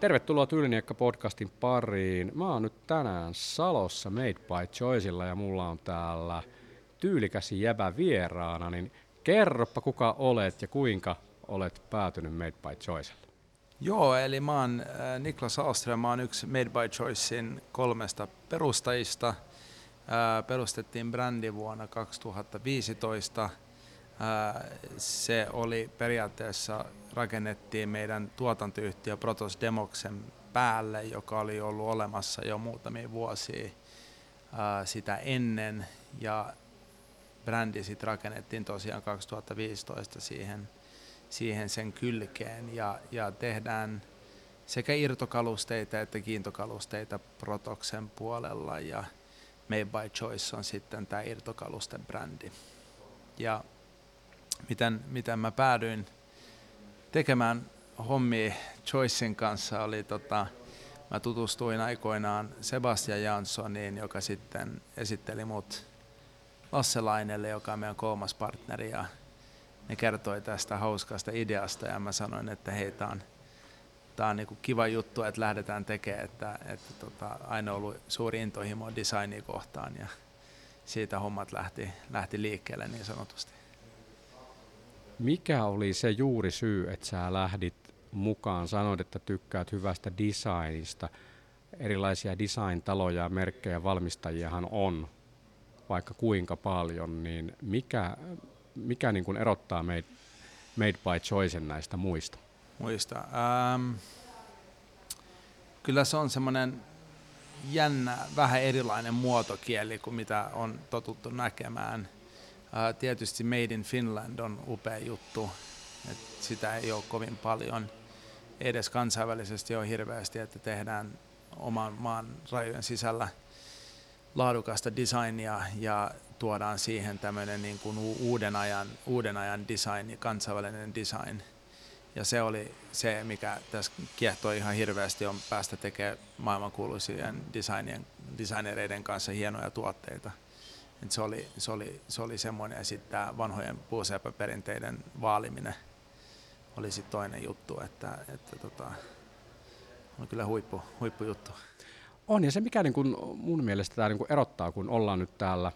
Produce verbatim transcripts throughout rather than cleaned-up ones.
Tervetuloa Tyyliniekka-podcastin pariin. Mä oon nyt tänään Salossa Made by Choicella ja mulla on täällä tyylikäs jäbä vieraana, niin kerropa kuka olet ja kuinka olet päätynyt Made by Choicella. Joo, eli mä oon äh, Niklas Ahlström, mä oon yksi Made by Choicen kolmesta perustajista. Äh, perustettiin brändi vuonna kaksituhattaviisitoista. Äh, se oli periaatteessa, rakennettiin meidän tuotantoyhtiö Protos Demoksen päälle, joka oli ollut olemassa jo muutamia vuosia äh, sitä ennen. Ja brändi sitten rakennettiin tosiaan kaksituhattaviisitoista siihen. siihen sen kylkeen ja, ja tehdään sekä irtokalusteita että kiintokalusteita Protoksen puolella ja Made by Choice on sitten tämä irtokalustebrändi. Ja miten, miten mä päädyin tekemään hommia Choicen kanssa oli tota, mä tutustuin aikoinaan Sebastian Janssoniin, joka sitten esitteli mut Lasse Lainelle, joka on meidän kolmas partneri ja ne kertoi tästä hauskasta ideasta ja mä sanoin, että hei, tää on, tää on niinku kiva juttu, että lähdetään tekemään, että, että tota, aina ollut suuri intohimo designia kohtaan ja siitä hommat lähti, lähti liikkeelle niin sanotusti. Mikä oli se juuri syy, että sä lähdit mukaan? Sanoit, että tykkäät hyvästä designista. Erilaisia design-taloja ja merkkejä valmistajiahan on vaikka kuinka paljon, niin mikä... Mikä niin kuin erottaa Made, made by Choicen näistä muista? Muista. Ähm, kyllä se on semmoinen jännä, vähän erilainen muotokieli kuin mitä on totuttu näkemään. Äh, tietysti Made in Finland on upea juttu. Et sitä ei ole kovin paljon. Edes kansainvälisesti on hirveästi, että tehdään oman maan rajojen sisällä laadukasta designia ja tuodaan siihen tämmöinen niin kuin uuden ajan, uuden ajan design, kansainvälinen design. Ja se oli se, mikä tässä kiehtoi ihan hirveästi, on päästä tekemään maailmankuuluisien designien, designereiden kanssa hienoja tuotteita. Et se oli, se oli, se oli semmoinen, ja sitten tämä vanhojen puuseppäperinteiden vaaliminen oli sitten toinen juttu, että, että tota, on kyllä huippu, huippujuttu. On, ja se mikä niin kun mun mielestä tämä niin kun erottaa, kun ollaan nyt täällä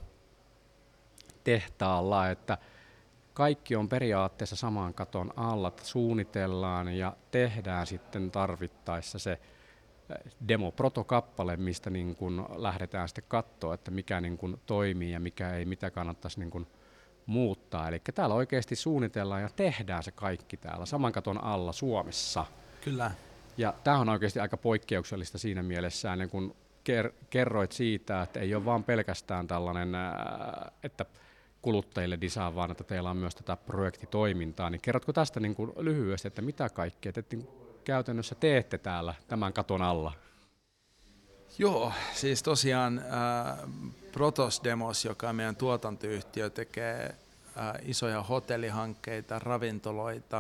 tehtaalla, että kaikki on periaatteessa saman katon alla, että suunnitellaan ja tehdään sitten tarvittaessa se demo-protokappale, mistä niin kun lähdetään sitten katsoa, että mikä niin kun toimii ja mikä ei, mitä kannattaisi niin kun muuttaa. Eli täällä oikeasti suunnitellaan ja tehdään se kaikki täällä saman katon alla Suomessa. Kyllä. Ja tämä on oikeasti aika poikkeuksellista siinä mielessä, niin kun ker- kerroit siitä, että ei ole vaan pelkästään tällainen, että kuluttajille design, vaan että teillä on myös tätä projektitoimintaa. Niin kerrotko tästä niin kuin lyhyesti, että mitä kaikkea te käytännössä teette täällä tämän katon alla? Joo, siis tosiaan äh, Protos Demos, joka on meidän tuotantoyhtiö, tekee äh, isoja hotellihankkeita, ravintoloita,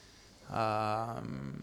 äh,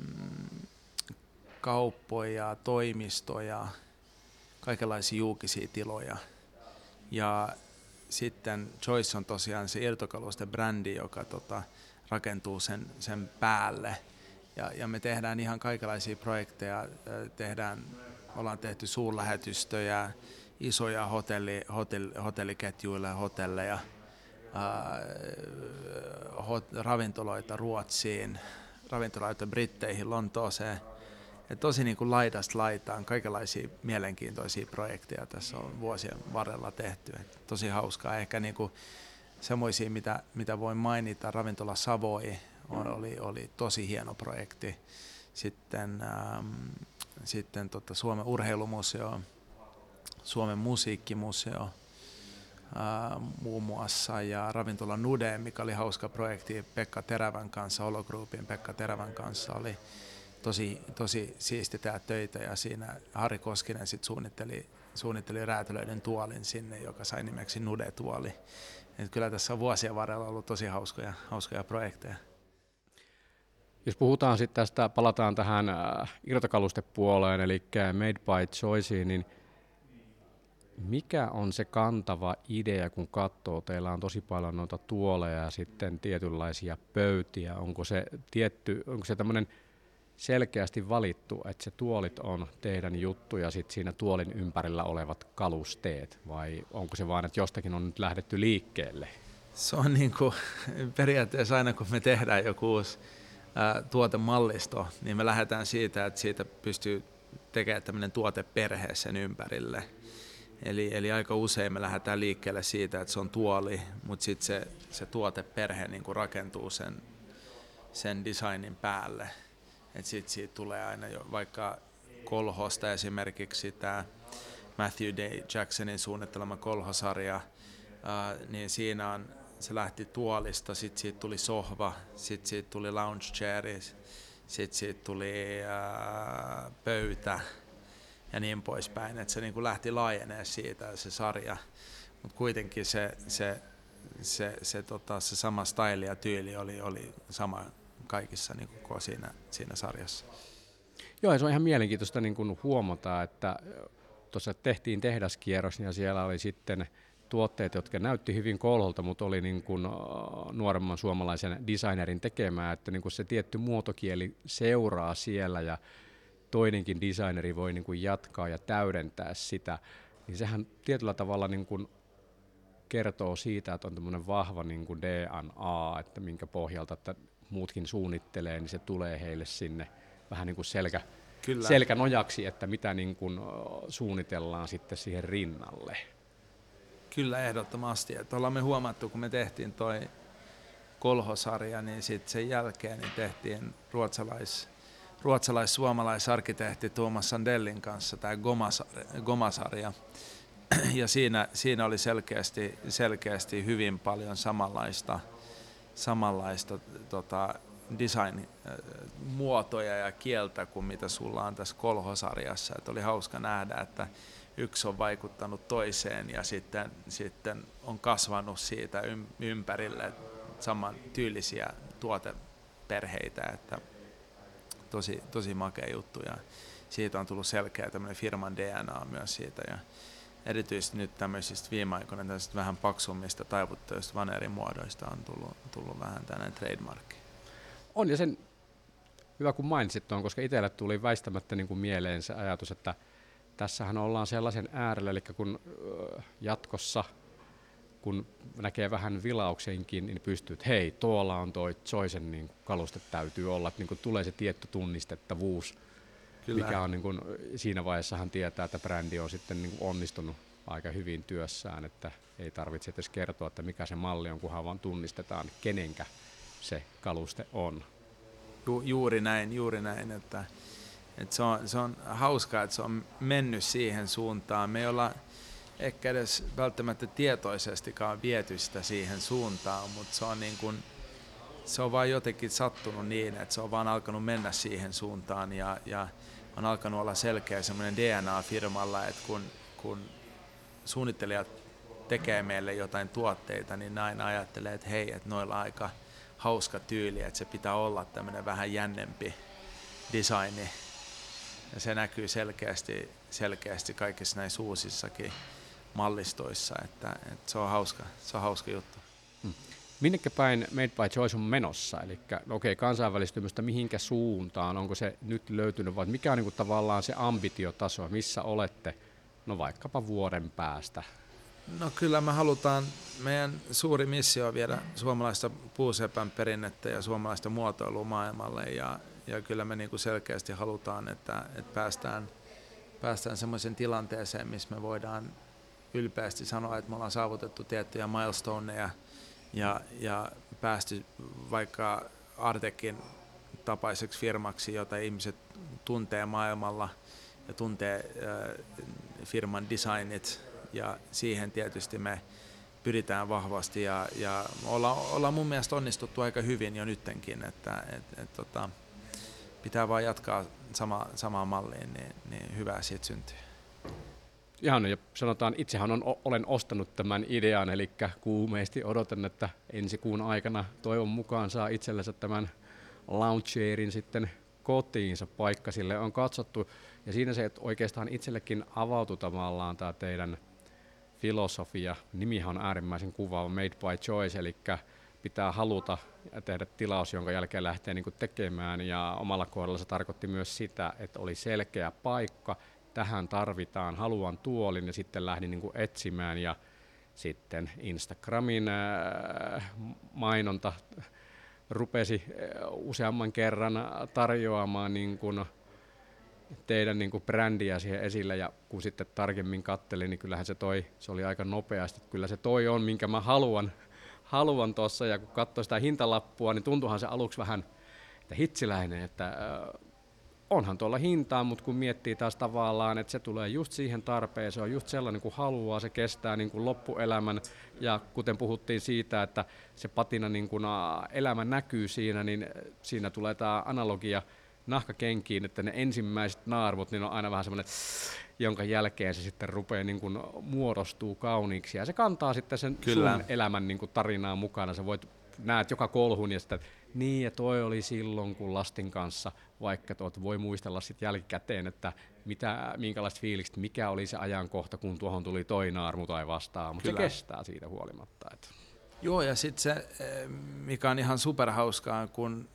kauppoja, toimistoja, kaikenlaisia julkisia tiloja. Ja sitten Choice on tosiaan se irtokalusten brändi, joka tota, rakentuu sen, sen päälle. Ja, ja me tehdään ihan kaikenlaisia projekteja. Tehdään, ollaan tehty suurlähetystöjä, isoja hotelli, hotelli, hotelliketjuille, hotelleja, ää, hot, ravintoloita Ruotsiin, ravintoloita Britteihin, Lontooseen. Et tosi niin kuin laidasta laitaan, kaikenlaisia mielenkiintoisia projekteja tässä on vuosien varrella tehty. Et tosi hauskaa. Ehkä niin kuin semmoisia, mitä, mitä voin mainita, Ravintola Savoy oli, oli tosi hieno projekti. Sitten, ähm, sitten tota Suomen urheilumuseo, Suomen musiikkimuseo äh, muun muassa ja Ravintola Nude, mikä oli hauska projekti Pekka Terävän kanssa, Hologroupin Pekka Terävän kanssa oli tosi, tosi siisti tehdä töitä ja siinä Harri Koskinen sit suunnitteli, suunnitteli räätälöiden tuolin sinne, joka sai nimeksi Nude-tuoli. Et kyllä tässä on vuosien varrella ollut tosi hauskoja, hauskoja projekteja. Jos puhutaan sitten tästä, palataan tähän äh, irtokalustepuoleen, eli Made by Choice, niin mikä on se kantava idea, kun katsoo, teillä on tosi paljon noita tuoleja ja sitten tietynlaisia pöytiä, onko se tietty, onko se tämmöinen selkeästi valittu, että se tuolit on teidän juttu ja sitten siinä tuolin ympärillä olevat kalusteet, vai onko se vaan, että jostakin on nyt lähdetty liikkeelle? Se on niin kuin, periaatteessa aina kun me tehdään joku uusi ää, tuotemallisto, niin me lähdetään siitä, että siitä pystyy tekemään tämmöinen tuoteperhe sen ympärille. Eli, eli aika usein me lähdetään liikkeelle siitä, että se on tuoli, mutta sitten se, se tuoteperhe niin kuin rakentuu sen, sen designin päälle. Sitten siitä tulee aina jo vaikka Kolhosta esimerkiksi tämä Matthew Day Jacksonin suunnittelema Kolho-sarja, ää, niin siinä on, se lähti tuolista, sitten siitä tuli sohva, sitten siitä tuli lounge chair, sitten siitä tuli ää, pöytä ja niin poispäin, että se niin kuin lähti laajenemaan siitä se sarja, mutta kuitenkin se, se, se, se, tota, se sama style ja tyyli oli, oli sama kaikissa niin kuin siinä, siinä sarjassa. Joo, ja se on ihan mielenkiintoista niin kuin huomata, että tuossa tehtiin tehdaskierros ja siellä oli sitten tuotteet, jotka näytti hyvin Kolholta, mutta oli niin kuin nuoremman suomalaisen designerin tekemää, että niin kuin se tietty muotokieli seuraa siellä ja toinenkin designeri voi niin kuin jatkaa ja täydentää sitä, niin sehän tietyllä tavalla niin kuin kertoo siitä, että on tämmöinen vahva niin kuin D N A, että minkä pohjalta että muutkin suunnittelee, niin se tulee heille sinne vähän niin kuin selkä, selkänojaksi, että mitä niin kuin suunnitellaan sitten siihen rinnalle. Kyllä ehdottomasti. Että ollaan me huomattu, kun me tehtiin toi Kolho-sarja, niin sitten sen jälkeen niin tehtiin ruotsalais, ruotsalais-suomalaisarkkitehti Thomas Sandellin kanssa tämä Goma-sarja. Ja siinä, siinä oli selkeästi, selkeästi hyvin paljon samanlaista, samanlaista tota, design-muotoja ja kieltä kuin mitä sulla on tässä Kolho-sarjassa. Et oli hauska nähdä, että yksi on vaikuttanut toiseen ja sitten, sitten on kasvanut siitä ympärille saman tyylisiä tuoteperheitä. Että tosi, tosi makea juttu ja siitä on tullut selkeä tämmöinen firman D N A myös siitä. Ja erityisesti nyt tämmöisistä viime aikoina tämmöisistä vähän paksummista taivuttuista vanerimuodoista on tullut, tullut vähän tämmöinen trademark. On, ja sen hyvä kun mainitsit tuon, koska itselle tuli väistämättä niin kuin mieleen se ajatus, että tässähän ollaan sellaisen äärellä, eli kun jatkossa, kun näkee vähän vilauksenkin, niin pystyy, että hei, tuolla on toi Choicen niin kaluste täytyy olla, että niin kuin tulee se tietty tunnistettavuus, Kyllä. mikä on niin kuin, siinä vaiheessahan tietää, että brändi on sitten niin kuin onnistunut aika hyvin työssään, että ei tarvitse edes kertoa, että mikä se malli on, kunhan vaan tunnistetaan, kenenkä se kaluste on. Ju, juuri näin, juuri näin, että, että se, on, se on hauskaa, että se on mennyt siihen suuntaan. Me ei olla ehkä edes välttämättä tietoisestikaan viety sitä siihen suuntaan, mutta se on, niin kuin, se on vaan jotenkin sattunut niin, että se on vaan alkanut mennä siihen suuntaan ja, ja on alkanut olla selkeä semmoinen D N A firmalla, että kun, kun suunnittelijat tekee meille jotain tuotteita, niin aina ajattelee, että hei, että noilla on aika hauska tyyli, että se pitää olla tämmöinen vähän jännempi designi. Ja se näkyy selkeästi, selkeästi kaikissa näissä uusissakin mallistoissa, että, että se on hauska, se on hauska juttu. Hmm. Minnekä päin Made by Choice on menossa? Eli no okei, kansainvälistymistä mihinkä suuntaan? Onko se nyt löytynyt vai mikä on niin kuin tavallaan se ambitiotaso, missä olette no vaikkapa vuoden päästä? No kyllä me halutaan, meidän suuri missio on viedä suomalaista puusepän perinnettä ja suomalaista muotoilua maailmalle ja, ja kyllä me niin kuin selkeästi halutaan, että, että päästään, päästään semmoiseen tilanteeseen, missä me voidaan ylpeästi sanoa, että me ollaan saavutettu tiettyjä milestoneja ja, ja päästy vaikka Artekin tapaiseksi firmaksi, jota ihmiset tuntee maailmalla ja tuntee äh, firman designit. Ja siihen tietysti me pyritään vahvasti ja, ja ollaan, ollaan mun mielestä onnistuttu aika hyvin jo nyttenkin, että et, et, tota, pitää vaan jatkaa sama, samaan malliin, niin, niin hyvää siitä syntyy. Ihan, ja sanotaan, itsehän on, olen ostanut tämän idean, eli kuumeisesti odotan, että ensi kuun aikana toivon mukaan saa itsellensä tämän loungechairin sitten kotiinsa, paikka sille on katsottu. Ja siinä se, että oikeastaan itsellekin avautui tavallaan tämä teidän filosofia, nimihän on äärimmäisen kuvaava, Made by Choice, eli pitää haluta ja tehdä tilaus, jonka jälkeen lähtee niin kuin tekemään. Ja omalla kohdalla se tarkoitti myös sitä, että oli selkeä paikka, tähän tarvitaan, haluan tuolin, ja sitten lähdin niin kuin etsimään. Ja sitten Instagramin äh, mainonta rupesi useamman kerran tarjoamaan niin kuin teidän niin kuin brändiä siihen esille, ja kun sitten tarkemmin katselin, niin kyllähän se toi, se oli aika nopeasti, kyllä se toi on, minkä mä haluan, haluan tuossa, ja kun katsoi sitä hintalappua, niin tuntuuhan se aluksi vähän, että hitsiläinen, että äh, onhan tuolla hintaa, mutta kun miettii taas tavallaan, että se tulee just siihen tarpeeseen, se on just sellainen kuin haluaa, se kestää niin kuin loppuelämän, ja kuten puhuttiin siitä, että se patina niin kuin elämä näkyy siinä, niin siinä tulee tämä analogia nahkakenkiin, että ne ensimmäiset naarmut niin on aina vähän semmoinen, jonka jälkeen se sitten rupeaa niin kuin muodostuu kauniiksi, ja se kantaa sitten sen Kyllä. sun elämän niin kuin tarinaa mukana, sä voit näet joka kolhun ja sitten, niin ja toi oli silloin kun lastin kanssa, vaikka tuot voi muistella sitten jälkikäteen, että mitä, minkälaiset fiilikset, mikä oli se ajankohta, kun tuohon tuli toi naarmu tai vastaan, mutta se kestää siitä huolimatta. Että. Joo, ja sitten se, mikä on ihan superhauskaa, kun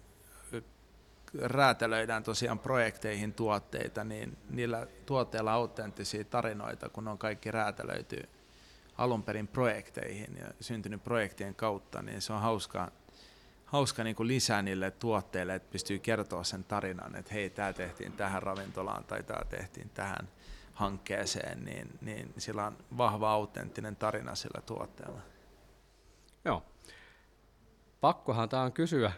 räätälöidään tosiaan projekteihin tuotteita, niin niillä tuotteilla autenttisia tarinoita, kun on kaikki räätälöity alun perin projekteihin ja syntynyt projektien kautta, niin se on hauska, hauska niin kuin lisää niille tuotteille, että pystyy kertoa sen tarinan, että hei, tämä tehtiin tähän ravintolaan tai tämä tehtiin tähän hankkeeseen, niin, niin sillä on vahva autenttinen tarina sillä tuotteella. Joo. Pakkohan tämä on kysyä,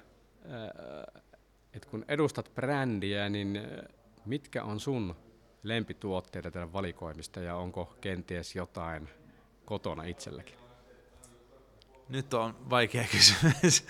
että kun edustat brändiä, niin mitkä on sun lempituotteita teidän valikoimista ja onko kenties jotain kotona itselläkin? Nyt on vaikea kysymys.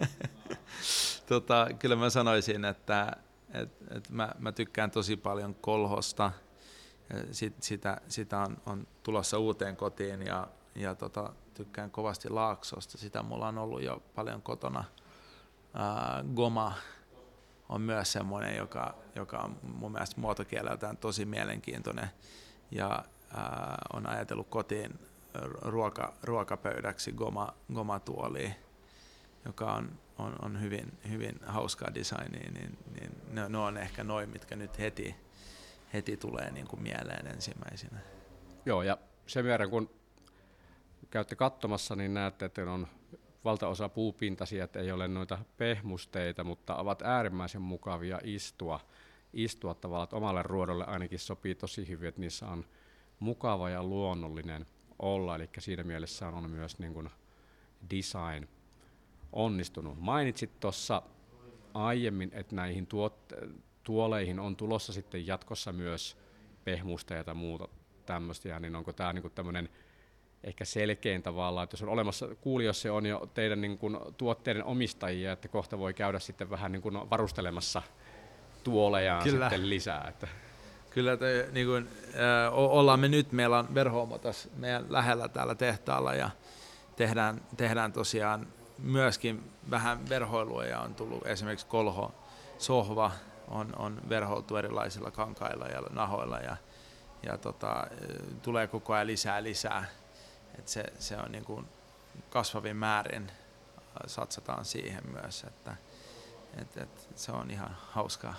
tota, kyllä mä sanoisin, että et, et mä, mä tykkään tosi paljon kolhosta. Sit, sitä sitä on, on tulossa uuteen kotiin ja, ja tota, tykkään kovasti Laaksosta. Sitä mulla on ollut jo paljon kotona. Ää, Goma on myös semmoinen, joka, joka on mun mielestä muotokieleltään tosi mielenkiintoinen ja ää, on ajatellut kotiin ruoka, ruokapöydäksi goma, gomatuoliin, joka on, on, on hyvin, hyvin hauskaa designia, niin, niin ne, ne on ehkä noin, mitkä nyt heti, heti tulee niin kuin mieleen ensimmäisenä. Joo, ja sen verran kun käytte katsomassa, niin näette, että on valtaosa puupintaisia, että ei ole noita pehmusteita, mutta ovat äärimmäisen mukavia istua, istua tavallaan, että omalle ruodolle ainakin sopii tosi hyvin, että niissä on mukava ja luonnollinen olla, eli siinä mielessä on myös niin kuin design onnistunut. Mainitsit tuossa aiemmin, että näihin tuot- tuoleihin on tulossa sitten jatkossa myös pehmusteita ja muuta tämmöistä, niin onko tämä niin tämmöinen ehkä selkein tavallaan, että jos on olemassa, kuulijoissa on jo teidän niin kuin tuotteiden omistajia, että kohta voi käydä sitten vähän niin kuin varustelemassa tuolejaan Kyllä. sitten lisää. Että. Kyllä, te, niin kuin, äh, ollaan me nyt, meillä on verho-homo tässä meidän lähellä täällä tehtaalla ja tehdään, tehdään tosiaan myöskin vähän verhoilua ja on tullut esimerkiksi kolho, sohva on, on verhoiltu erilaisilla kankailla ja nahoilla ja, ja tota, tulee koko ajan lisää lisää. Et se, se on niin kuin kasvavin määrin, satsataan siihen myös, että et, et se on ihan hauskaa.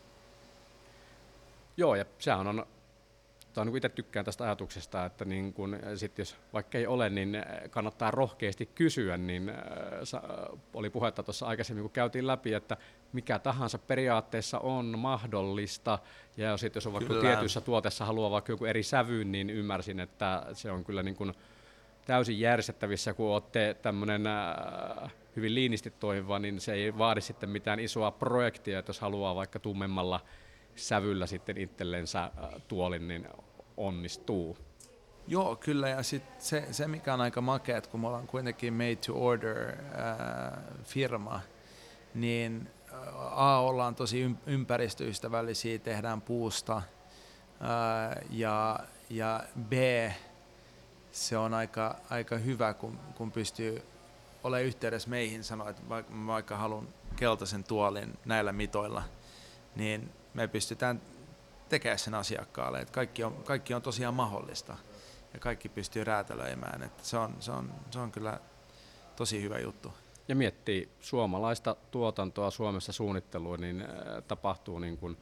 Joo, ja sehän on, on niin itse tykkään tästä ajatuksesta, että niin kun, sit jos vaikka ei ole, niin kannattaa rohkeasti kysyä, niin äh, oli puhetta tuossa aikaisemmin, kun käytiin läpi, että mikä tahansa periaatteessa on mahdollista, ja jos, sit, jos on vaikka kyllä. tietyissä tuotessa haluaa vaikka joku eri sävyyn, niin ymmärsin, että se on kyllä niin kun täysin järjestettävissä, kun olette tämmöinen äh, hyvin liinisti toimiva, niin se ei vaadi sitten mitään isoa projektia, että jos haluaa vaikka tummemmalla sävyllä sitten itsellensä tuolin, niin onnistuu. Joo, kyllä, ja sit se, se mikä on aika makea, että kun me ollaan kuitenkin made to order äh, firma, niin A, ollaan tosi ympäristöystävällisiä, tehdään puusta, äh, ja, ja B, se on aika, aika hyvä, kun, kun pystyy olemaan yhteydessä meihin, sanoa, että vaikka, vaikka haluan keltaisen tuolin näillä mitoilla, niin me pystytään tekemään sen asiakkaalle, että kaikki on, kaikki on tosiaan mahdollista ja kaikki pystyy räätälöimään, että se on, se on, se on kyllä tosi hyvä juttu. ja miettii suomalaista tuotantoa, Suomessa suunnittelua, niin äh, tapahtuu niin kuin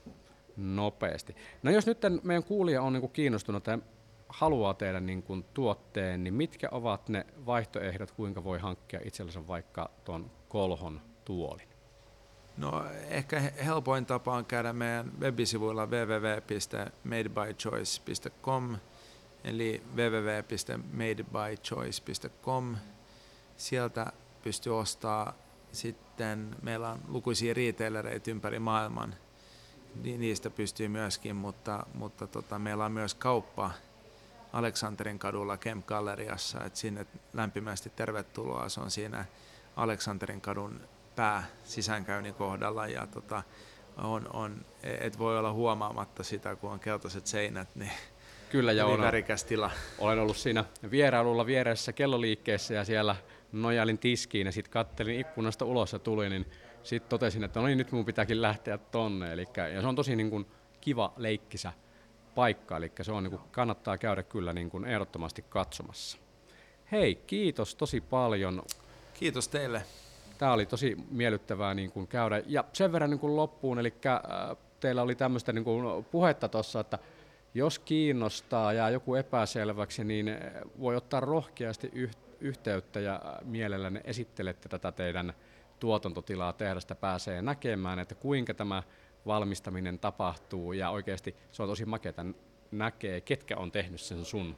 nopeasti. No jos nyt meidän kuulija on niin kuin kiinnostunut ja haluaa tehdä niin kuin tuotteen, niin mitkä ovat ne vaihtoehdot, kuinka voi hankkia itsellensä vaikka tuon Kolhon tuolin? No ehkä helpoin tapa on käydä meidän web-sivuilla double-u double-u double-u piste made by choice piste com eli double-u double-u double-u piste made by choice piste com. Sieltä pystyy ostamaan. Sitten meillä on lukuisia retailereita ympäri maailman. Niistä pystyy myöskin, mutta, mutta tota, meillä on myös kauppa Aleksanterin kadulla Kemp Galleriassa, että sinne lämpimästi tervetuloa. Se on siinä Aleksanterin kadun pää sisäänkäynnin kohdalla ja tota, on, on, et voi olla huomaamatta sitä, kun on keltaiset seinät, niin kyllä, ja on, värikäs tila. Olen ollut siinä vierailulla vieressä kelloliikkeessä ja siellä nojailin tiskiin ja sitten kattelin ikkunasta ulos ja tuli, niin sitten totesin, että no niin, nyt mun pitääkin lähteä tonne. Elikkä, ja se on tosi niin kuin kiva leikkisä paikka, eli se on, niin kuin, kannattaa käydä kyllä niin kuin ehdottomasti katsomassa. Hei, kiitos tosi paljon. Kiitos teille. Tämä oli tosi miellyttävää niin kuin käydä. Ja sen verran niin kuin loppuun, eli äh, teillä oli tämmöistä niin kuin puhetta tuossa, että jos kiinnostaa ja joku epäselväksi, niin voi ottaa rohkeasti yhteyttä ja mielellänne esittelette tätä teidän tuotantotilaa, tehdasta pääsee näkemään, että kuinka tämä valmistaminen tapahtuu ja oikeasti se on tosi makeata näkee, ketkä on tehnyt sen sun,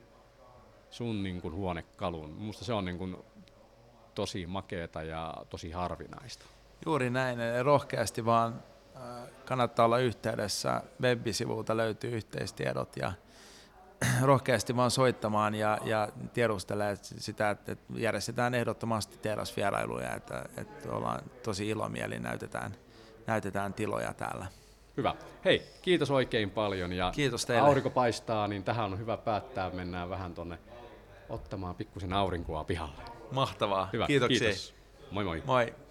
sun niin kuin huonekalun. Minusta se on niin kuin tosi makeata ja tosi harvinaista. Juuri näin, rohkeasti vaan kannattaa olla yhteydessä. Web-sivulta löytyy yhteistiedot ja rohkeasti vaan soittamaan ja, ja tiedustelee sitä, että järjestetään ehdottomasti tehdasvierailuja, että, että ollaan tosi ilomielin, näytetään, näytetään tiloja täällä. Hyvä. Hei, kiitos oikein paljon ja kiitos teille. Aurinko paistaa, niin tähän on hyvä päättää. Mennään vähän tonne ottamaan pikkusen aurinkoa pihalle. Mahtavaa. Hyvä. Kiitoksia. Kiitos. Moi moi. Moi.